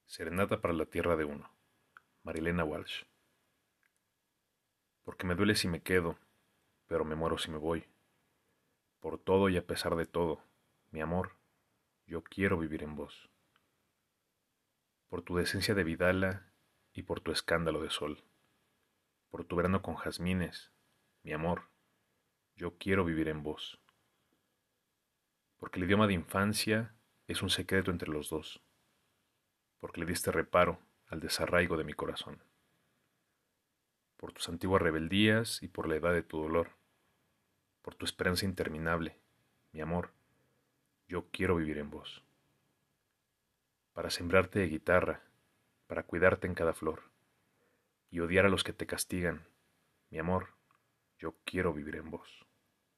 Serenata para la tierra de uno. Marilena Walsh. Porque me duele si me quedo, pero me muero si me voy. Por todo y a pesar de todo, mi amor, yo quiero vivir en vos. Por tu decencia de vidala y por tu escándalo de sol. Por tu verano con jazmines, mi amor, yo quiero vivir en vos. Porque el idioma de infancia es un secreto entre los dos. Porque le diste reparo al desarraigo de mi corazón. Por tus antiguas rebeldías y por la edad de tu dolor. Por tu esperanza interminable, mi amor, yo quiero vivir en vos. Para sembrarte de guitarra, para cuidarte en cada flor, y odiar a los que te castigan, mi amor, yo quiero vivir en vos.